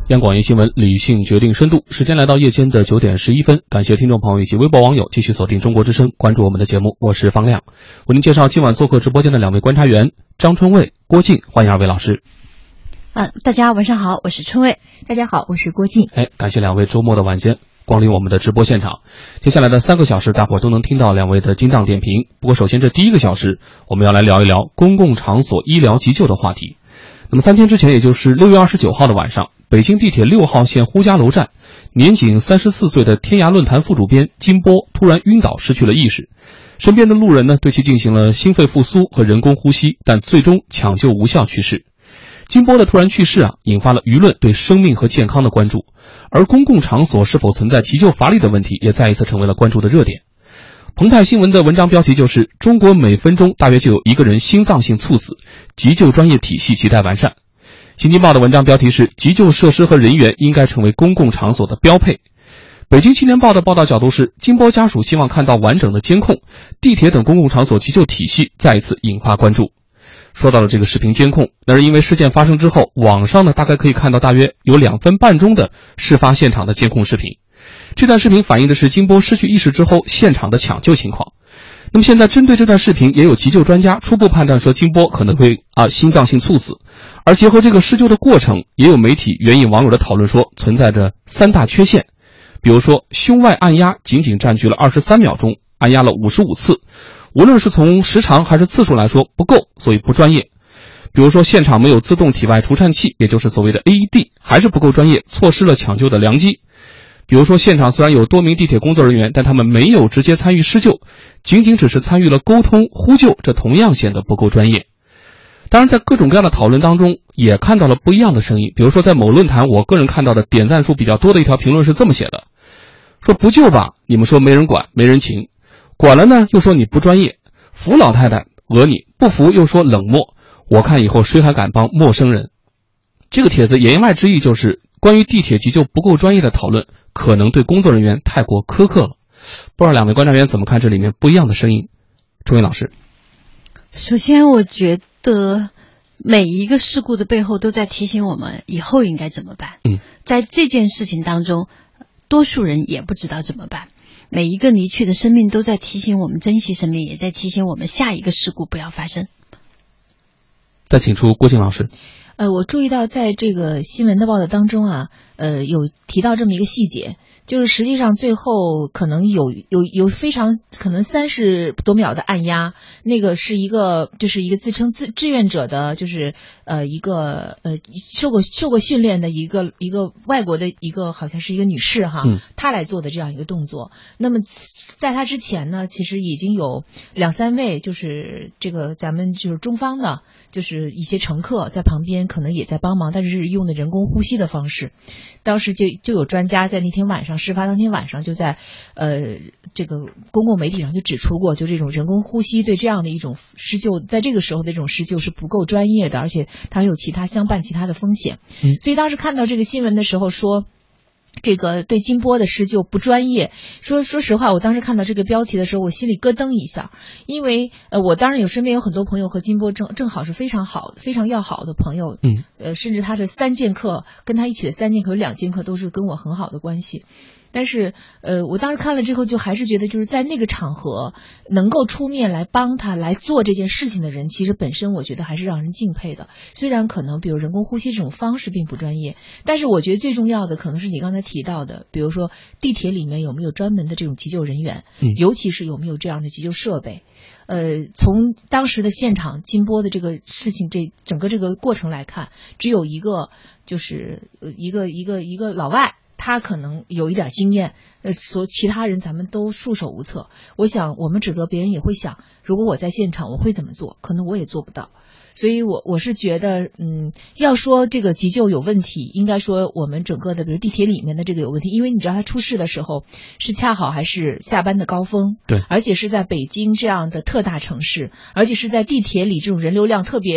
央广夜新闻，理性决定深度。时间来到夜间的9点11分，感谢听众朋友以及微博网友继续锁定中国之声，关注我们的节目。我是方亮，为您介绍今晚做客直播间的2位观察员张春卫、郭靖，欢迎2位老师。 大家晚上好，我是春卫。 大家好，我是郭靖。 感谢2位周末的晚间光临我们的直播现场。接下来的3个小时，大伙都能听到2位的精当点评。不过首先这第1个小时，我们要来聊一聊公共场所医疗急救的话题。那么3天之前，也就是6月29号的晚上，北京地铁6号线呼家楼站，年仅34岁的天涯论坛副主编金波突然晕倒，失去了意识。身边的路人呢，对其进行了心肺复苏和人工呼吸，但最终抢救无效去世。金波的突然去世引发了舆论对生命和健康的关注，而公共场所是否存在急救乏力的问题，也再一次成为了关注的热点。澎湃新闻的文章标题就是中国每分钟大约就有1个人心脏性猝死，急救专业体系亟待完善。新京报的文章标题是急救设施和人员应该成为公共场所的标配。北京青年报的报道角度是金波家属希望看到完整的监控，地铁等公共场所急救体系再一次引发关注。说到了这个视频监控，那是因为事件发生之后，网上呢大概可以看到大约有2分半钟的事发现场的监控视频。这段视频反映的是金波失去意识之后现场的抢救情况。那么现在针对这段视频，也有急救专家初步判断说金波可能会心脏性猝死。而结合这个施救的过程，也有媒体援引网友的讨论说存在着3大缺陷。比如说胸外按压仅占据了23秒钟，按压了55次，无论是从时长还是次数来说不够，所以不专业。比如说现场没有自动体外除颤器，也就是所谓的 AED， 还是不够专业，错失了抢救的良机。比如说现场虽然有多名地铁工作人员，但他们没有直接参与施救，仅只是参与了沟通呼救，这同样显得不够专业。当然在各种各样的讨论当中也看到了不一样的声音。比如说在某论坛，我个人看到的点赞数比较多的一条评论是这么写的，说不救吧，你们说没人管没人情，管了呢又说你不专业，服老太太讹你，不服又说冷漠，我看以后谁还敢帮陌生人。这个帖子言外之意就是关于地铁急救不够专业的讨论可能对工作人员太过苛刻了。不知道2位观察员怎么看这里面不一样的声音。春伟老师。 首先我觉得每一个事故的背后都在提醒我们以后应该怎么办。在这件事情当中，多数人也不知道怎么办。每一个离去的生命都在提醒我们珍惜生命，也在提醒我们下一个事故不要发生。 再请出郭靖老师。 我注意到在这个新闻的报道当中有提到这么一个细节，就是实际上最后可能有非常可能30多秒的按压，那个是一个自称志愿者的，就是一个受过训练的一个外国的一个好像是一个女士她来做的这样一个动作。那么在她之前呢，其实已经有2-3位就是这个咱们就是中方的，就是一些乘客在旁边可能也在帮忙，但是用的人工呼吸的方式。当时就有专家在那天晚上，事发当天晚上就在这个公共媒体上就指出过，就这种人工呼吸对这样的一种施救，在这个时候的这种施救是不够专业的，而且它有其他相伴其他的风险。所以当时看到这个新闻的时候说这个对金波的施救不专业，说实话，我当时看到这个标题的时候，我心里咯噔一下，因为我当然身边有很多朋友和金波正好是非常好的、非常要好的朋友，甚至他的3剑客跟他一起的3剑客有2剑客都是跟我很好的关系。但是我当时看了之后就还是觉得，就是在那个场合能够出面来帮他来做这件事情的人，其实本身我觉得还是让人敬佩的。虽然可能比如人工呼吸这种方式并不专业，但是我觉得最重要的可能是你刚才提到的，比如说地铁里面有没有专门的这种急救人员，尤其是有没有这样的急救设备。从当时的现场金波的这个事情这整个这个过程来看，只有一个就是一个老外，他可能有一点经验，其他人咱们都束手无策。我想我们指责别人也会想，如果我在现场我会怎么做，可能我也做不到。所以我是觉得要说这个急救有问题，应该说我们整个的比如地铁里面的这个有问题，因为你知道他出事的时候是恰好还是下班的高峰， 对， 而且是在北京这样的特大城市，而且是在地铁里这种人流量特别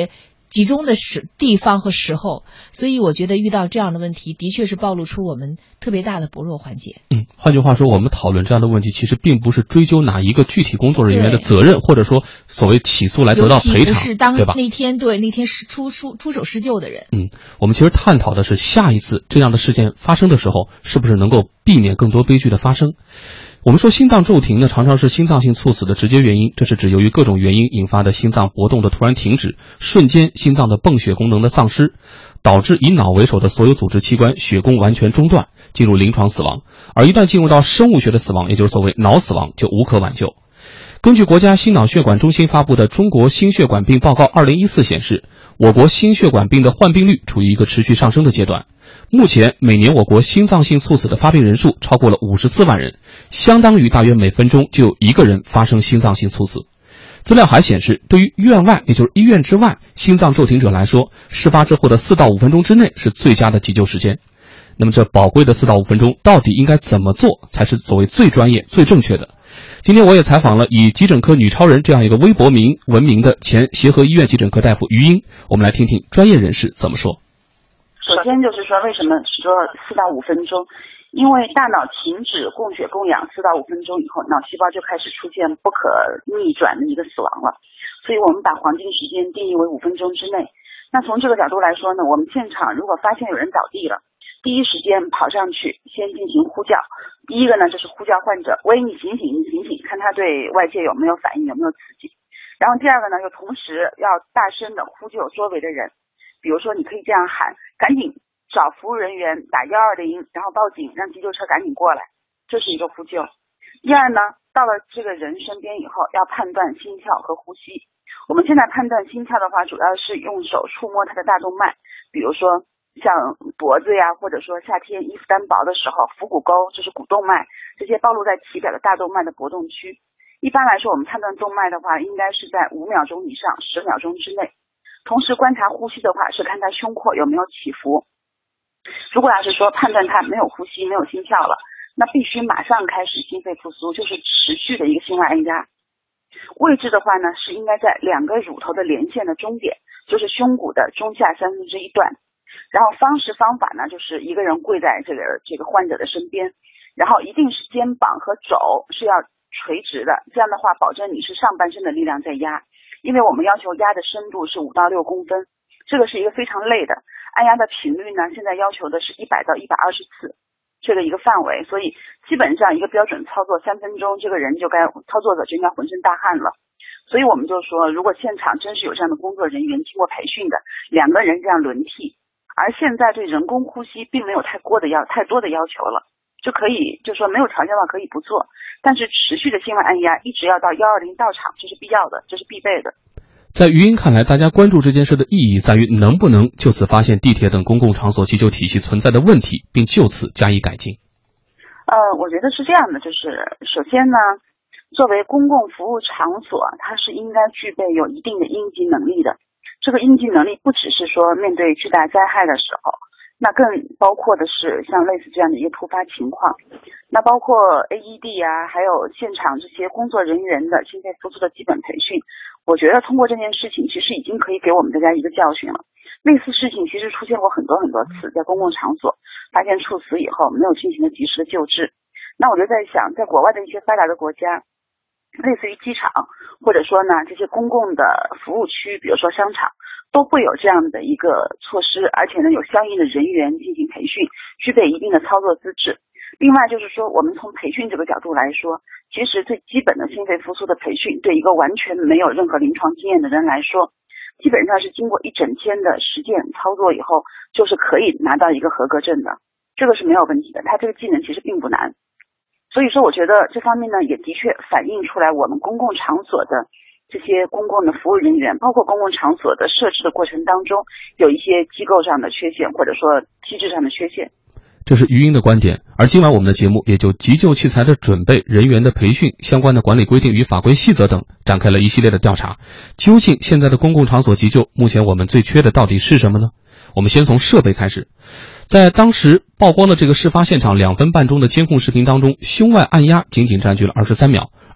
集中的地方和时候，所以我觉得遇到这样的问题，的确是暴露出我们特别大的薄弱环节。 换句话说，我们讨论这样的问题，其实并不是追究哪一个具体工作人员的责任，或者说所谓起诉来得到赔偿， 是当对吧？ 那天是出手施救的人。 我们其实探讨的是下一次这样的事件发生的时候，是不是能够避免更多悲剧的发生。我们说心脏骤停呢，常常是心脏性猝死的直接原因，这是指由于各种原因引发的心脏搏动的突然停止，瞬间心脏的泵血功能的丧失，导致以脑为首的所有组织器官血供完全中断，进入临床死亡。而一旦进入到生物学的死亡，也就是所谓脑死亡，就无可挽救。根据国家心脑血管中心发布的《中国心血管病报告2014》显示，我国心血管病的患病率处于一个持续上升的阶段。目前每年我国心脏性猝死的发病人数超过了54万人，相当于大约每分钟就有1个人发生心脏性猝死。资料还显示，对于院外，也就是医院之外心脏骤停者来说，事发之后的4到5分钟之内是最佳的急救时间。那么这宝贵的4到5分钟到底应该怎么做才是所谓最专业最正确的？今天我也采访了以急诊科女超人这样一个微博名闻名的前协和医院急诊科大夫于英，我们来听听专业人士怎么说。 首先就是说，为什么说4到5分钟？因为大脑停止供血供氧4到5分钟以后，脑细胞就开始出现不可逆转的一个死亡了，所以我们把黄金时间定义为5分钟之内。那从这个角度来说呢，我们现场如果发现有人倒地了，第一时间跑上去先进行呼叫。第一个呢就是呼叫患者，喂，你醒醒，你醒醒，看他对外界有没有反应，有没有刺激。然后第二个呢，就同时要大声的呼救周围的人，比如说你可以这样喊，赶紧找服务人员打120，然后报警，让急救车赶紧过来，这是一个呼救。第二呢，到了这个人身边以后，要判断心跳和呼吸。我们现在判断心跳的话，主要是用手触摸他的大动脉，比如说像脖子呀，或者说夏天衣服单薄的时候，腹股沟就是股动脉，这些暴露在体表的大动脉的搏动区。一般来说，我们判断动脉的话，应该是在5秒钟以上10秒钟之内。同时观察呼吸的话，是看他胸廓有没有起伏。如果要是说判断他没有呼吸，没有心跳了，那必须马上开始心肺复苏，就是持续的一个心外按压。位置的话呢，是应该在2个乳头的连线的中点，就是胸骨的中下1/3段。然后方式方法呢，就是一个人跪在这个患者的身边，然后一定是肩膀和肘是要垂直的，这样的话保证你是上半身的力量在压，因为我们要求压的深度是5到6公分，这个是一个非常累的。按压的频率呢，现在要求的是100到120次这个一个范围，所以基本上一个标准操作3分钟，这个人操作者就应该浑身大汗了。所以我们就说，如果现场真是有这样的工作人员经过培训的，2个人这样轮替，而现在对人工呼吸并没有太多的要求了，就可以就说没有条件的话可以不做，但是持续的心外按压一直要到120到场，这是必要的，这是必备的。 在于英看来，大家关注这件事的意义在于能不能就此发现地铁等公共场所急救体系存在的问题，并就此加以改进。 我觉得是这样的，就是首先呢，作为公共服务场所，它是应该具备有一定的应急能力的。这个应急能力不只是说面对巨大灾害的时候，那更包括的是像类似这样的一个突发情况，那包括 AED 啊，还有现场这些工作人员的心肺复苏的基本培训。我觉得通过这件事情，其实已经可以给我们大家一个教训了。类似事情其实出现过很多次，在公共场所发现猝死以后没有进行的及时的救治。那我就在想，在国外的一些发达的国家，类似于机场，或者说呢这些公共的服务区，比如说商场，都会有这样的一个措施，而且呢有相应的人员进行培训，具备一定的操作资质。另外就是说，我们从培训这个角度来说，其实最基本的心肺复苏的培训，对一个完全没有任何临床经验的人来说，基本上是经过1整天的实践操作以后，就是可以拿到一个合格证的，这个是没有问题的。他这个技能其实并不难，所以说我觉得这方面呢，也的确反映出来我们公共场所的这些公共的服务人员，包括公共场所的设置的过程当中，有一些机构上的缺陷，或者说机制上的缺陷。 这是于英的观点，而今晚我们的节目也就急救器材的准备、人员的培训、相关的管理规定与法规细则等展开了一系列的调查。究竟现在的公共场所急救，目前我们最缺的到底是什么呢？我们先从设备开始。在当时曝光的这个事发现场2分半钟的监控视频当中，胸外按压仅仅占据了23秒，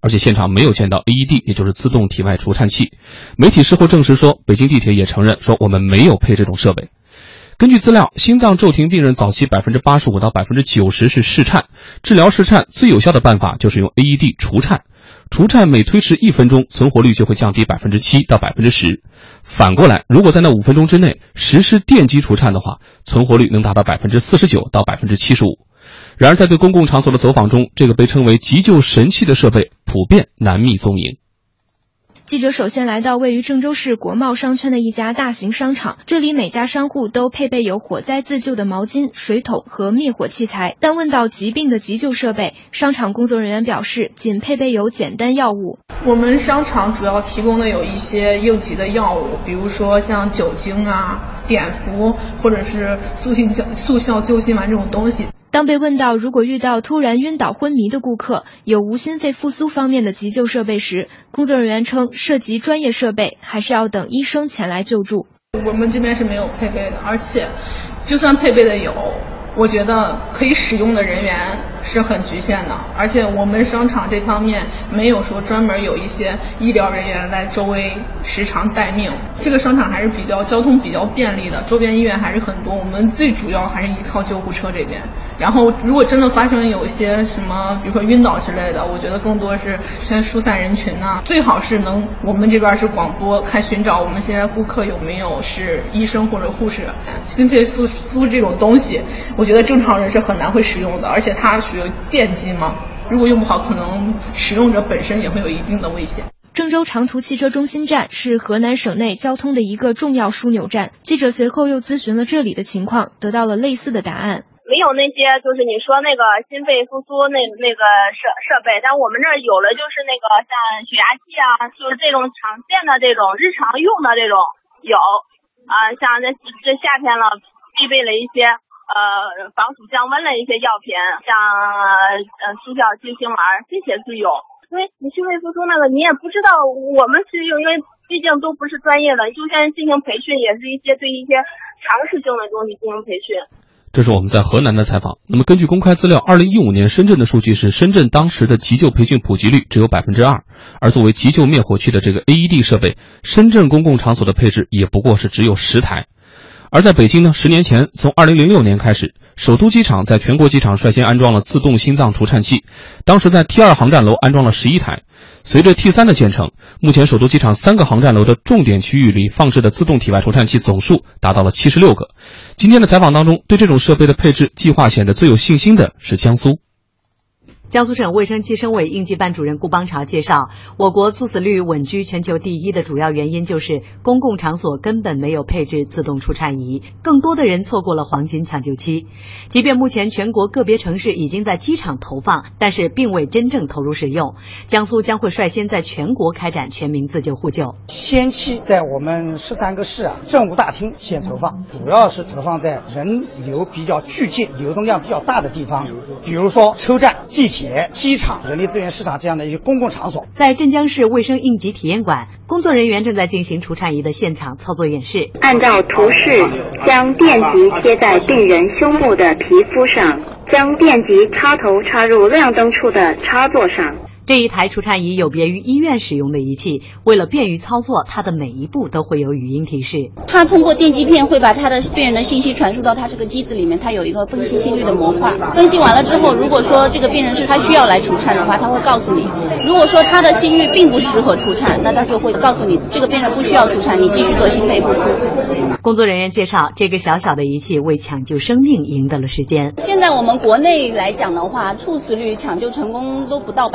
而且现场没有见到 AED， 也就是自动体外除颤器。媒体事后证实说，北京地铁也承认说我们没有配这种设备。根据资料，心脏骤停病人早期85%到90%是室颤，治疗室颤最有效的办法就是用 AED 除颤。除颤每推迟1分钟，存活率就会降低7%到10%。反过来，如果在那5分钟之内实施电击除颤的话，存活率能达到49%到75%。然而，在对公共场所的走访中，这个被称为急救神器的设备普遍难觅踪影。 记者首先来到位于郑州市国贸商圈的一家大型商场，这里每家商户都配备有火灾自救的毛巾、水桶和灭火器材，但问到疾病的急救设备，商场工作人员表示仅配备有简单药物。 我们商场主要提供的有一些应急的药物，比如说像酒精啊、碘伏或者是速效救心丸这种东西。 当被问到如果遇到突然晕倒昏迷的顾客有无心肺复苏方面的急救设备时，工作人员称涉及专业设备，还是要等医生前来救助。 我们这边是没有配备的，而且就算配备的有，我觉得可以使用的人员是很局限的，而且我们商场这方面没有说专门有一些医疗人员来周围时常待命。这个商场还是交通比较便利的，周边医院还是很多，我们最主要还是依靠救护车这边。然后如果真的发生有些什么比如说晕倒之类的，我觉得更多是先疏散人群啊，最好是我们这边是广播看寻找我们现在顾客有没有是医生或者护士。心肺复苏这种东西我觉得正常人是很难会使用的，而且它属于电击嘛，如果用不好，可能使用者本身也会有一定的危险。 郑州长途汽车中心站是河南省内交通的一个重要枢纽站，记者随后又咨询了这里的情况，得到了类似的答案。 没有那些就是你说那个心肺复苏那个设备，但我们这儿有了，就是那个像血压计啊，就是这种常见的这种日常用的这种有像这夏天了必备了一些防暑降温的一些药品，像速效救心丸，这些是有。因为你心肺复苏那个你也不知道，我们是因为毕竟都不是专业的，就先进行培训，也是一些对一些常识性的东西进行培训。 这是我们在河南的采访。那么根据公开资料，2015年深圳的数据是，深圳当时的急救培训普及率只有2%，而作为急救灭火器的这个 AED 设备，深圳公共场所的配置也不过是只有10台。而在北京呢，10年前，从2006年开始，首都机场在全国机场率先安装了自动心脏除颤器，当时在 T2 航站楼安装了11台。随着 T3 的建成，目前首都机场3个航站楼的重点区域里放置的自动体外除颤器总数达到了76个。今天的采访当中，对这种设备的配置计划显得最有信心的是江苏。 江苏省卫生计生委应急办主任顾邦朝介绍，我国猝死率稳居全球第一的主要原因就是公共场所根本没有配置自动除颤仪，更多的人错过了黄金抢救期。即便目前全国个别城市已经在机场投放，但是并未真正投入使用。江苏将会率先在全国开展全民自救互救。 先期在我们13个市政务大厅先投放，主要是投放在人流比较聚集、流动量比较大的地方，比如说车站、地铁、机场、人力资源市场这样的一些公共场所。 在镇江市卫生应急体验馆，工作人员正在进行除颤仪的现场操作演示。 按照图示，将电极贴在病人胸部的皮肤上，将电极插头插入亮灯处的插座上。 这一台除颤仪有别于医院使用的仪器，为了便于操作，它的每一步都会有语音提示。 它通过电击片会把它的病人的信息传输到它这个机子里面，它有一个分析心率的模块。分析完了之后，如果说这个病人是他需要来除颤的话，他会告诉你；如果说他的心率并不适合除颤，那他就会告诉你这个病人不需要除颤，你继续做心肺复苏。 工作人员介绍，这个小小的仪器为抢救生命赢得了时间。 现在我们国内来讲的话，猝死率抢救成功都不到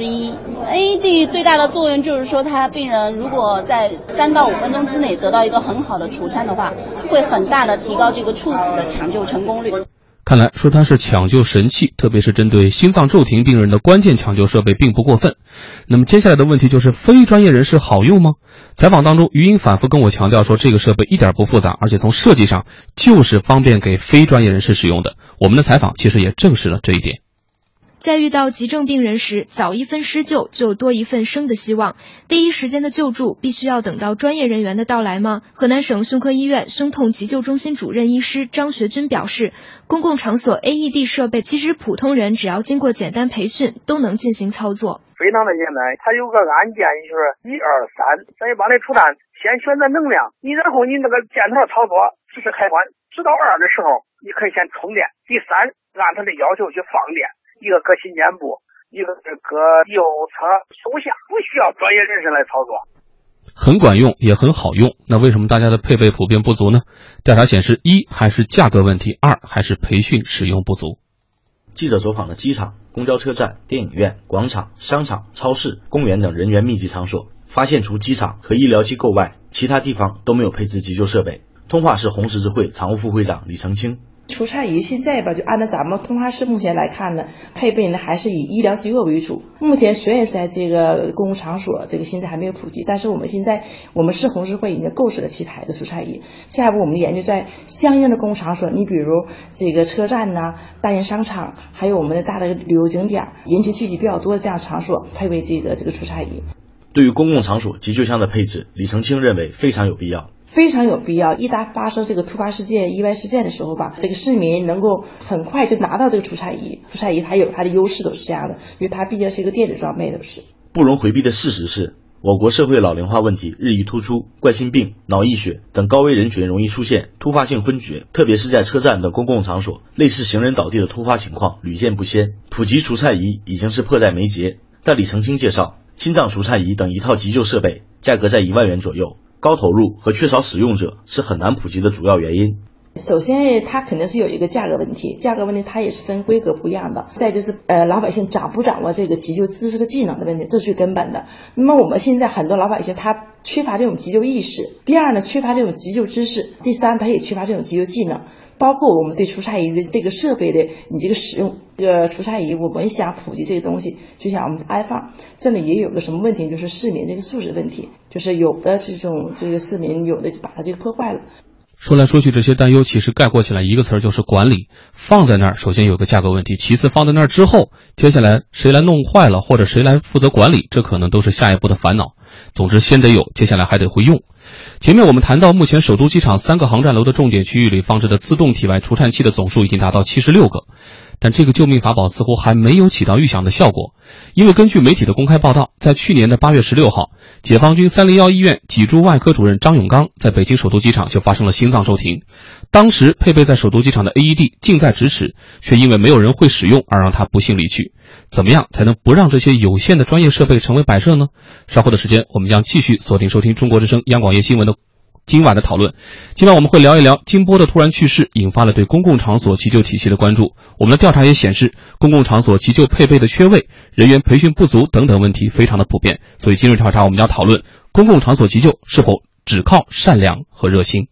1%。AED 最大的作用就是说，他病人如果在3到5分钟之内得到一个很好的除颤的话，会很大的提高这个猝死的抢救成功率。 看来说它是抢救神器，特别是针对心脏骤停病人的关键抢救设备并不过分。那么接下来的问题就是非专业人士好用吗？采访当中，于英反复跟我强调说，这个设备一点不复杂，而且从设计上就是方便给非专业人士使用的。我们的采访其实也证实了这一点。 在遇到急症病人时，早一分施救就多一份生的希望。第一时间的救助必须要等到专业人员的到来吗？河南省胸科医院胸痛急救中心主任医师张学军表示，公共场所 AED 设备其实普通人只要经过简单培训都能进行操作。 非常的简单，它有个按键，就是1、2、3，等于帮你出站，先选择能量，然后你那个箭头操作指示开关，直到2的时候，你可以先充电。第3，按它的要求去放电，一个搁心电部，一个是搁右侧手下，不需要专业人士来操作。 很管用，也很好用。那为什么大家的配备普遍不足呢？调查显示，1还是价格问题，2还是培训使用不足。 记者走访了机场、公交车站、电影院、广场、商场、超市、公园等人员密集场所，发现除机场和医疗机构外，其他地方都没有配置急救设备。通化市红十字会常务副会长李成清， 除颤仪现在吧，就按照咱们通化市目前来看呢，配备呢还是以医疗机构为主。目前虽然在这个公共场所这个现在还没有普及，但是我们市红十字会已经购置了7台的除颤仪。下一步我们研究在相应的公共场所，你比如这个车站呐、大型商场，还有我们的大的旅游景点、人群聚集比较多的这样场所，配备这个除颤仪。 对于公共场所急救箱的配置，李成清认为非常有必要。 非常有必要，一旦发生这个突发事件、意外事件的时候吧，这个市民能够很快就拿到这个除颤仪。除颤仪还有它的优势，都是这样的，因为它毕竟是一个电子装备，都是。 不容回避的事实是，我国社会老龄化问题日益突出，冠心病、脑溢血等高危人群容易出现突发性昏厥，特别是在车站等公共场所，类似行人倒地的突发情况屡见不鲜。普及除颤仪已经是迫在眉睫，但李成清介绍，心脏除颤仪等一套急救设备价格在1万元左右。高投入和缺少使用者是很难普及的主要原因。 首先它肯定是有一个价格问题，它也是分规格不一样的。再就是老百姓掌不掌握这个急救知识和技能的问题，这是最根本的。那么我们现在很多老百姓他缺乏这种急救意识，第二呢缺乏这种急救知识，第3他也缺乏这种急救技能。包括我们对除颤仪的这个设备的你这个使用，这个除颤仪我们想普及这个东西，就像我们安放，这里也有个什么问题，就是市民这个素质问题，就是有的这个市民有的就把它这个破坏了。 说来说去，这些担忧其实概括起来一个词儿，就是管理。放在那儿，首先有个价格问题，其次放在那儿之后，接下来谁来弄坏了，或者谁来负责管理，这可能都是下一步的烦恼。总之先得有，接下来还得会用。前面我们谈到，目前首都机场3个航站楼的重点区域里放置的自动体外除颤器的总数已经达到76个，但这个救命法宝似乎还没有起到预想的效果。因为根据媒体的公开报道，在去年的8月16号，解放军301医院脊柱外科主任张永刚在北京首都机场就发生了心脏骤停。当时配备在首都机场的 AED 近在咫尺，却因为没有人会使用而让他不幸离去。怎么样才能不让这些有限的专业设备成为摆设呢？稍后的时间，我们将继续锁定收听中国之声央广夜新闻的今晚的讨论。今晚我们会聊一聊金波的突然去世引发了对公共场所急救体系的关注。我们的调查也显示，公共场所急救配备的缺位、人员培训不足等等问题非常的普遍。所以今日调查我们要讨论，公共场所急救是否只靠善良和热心。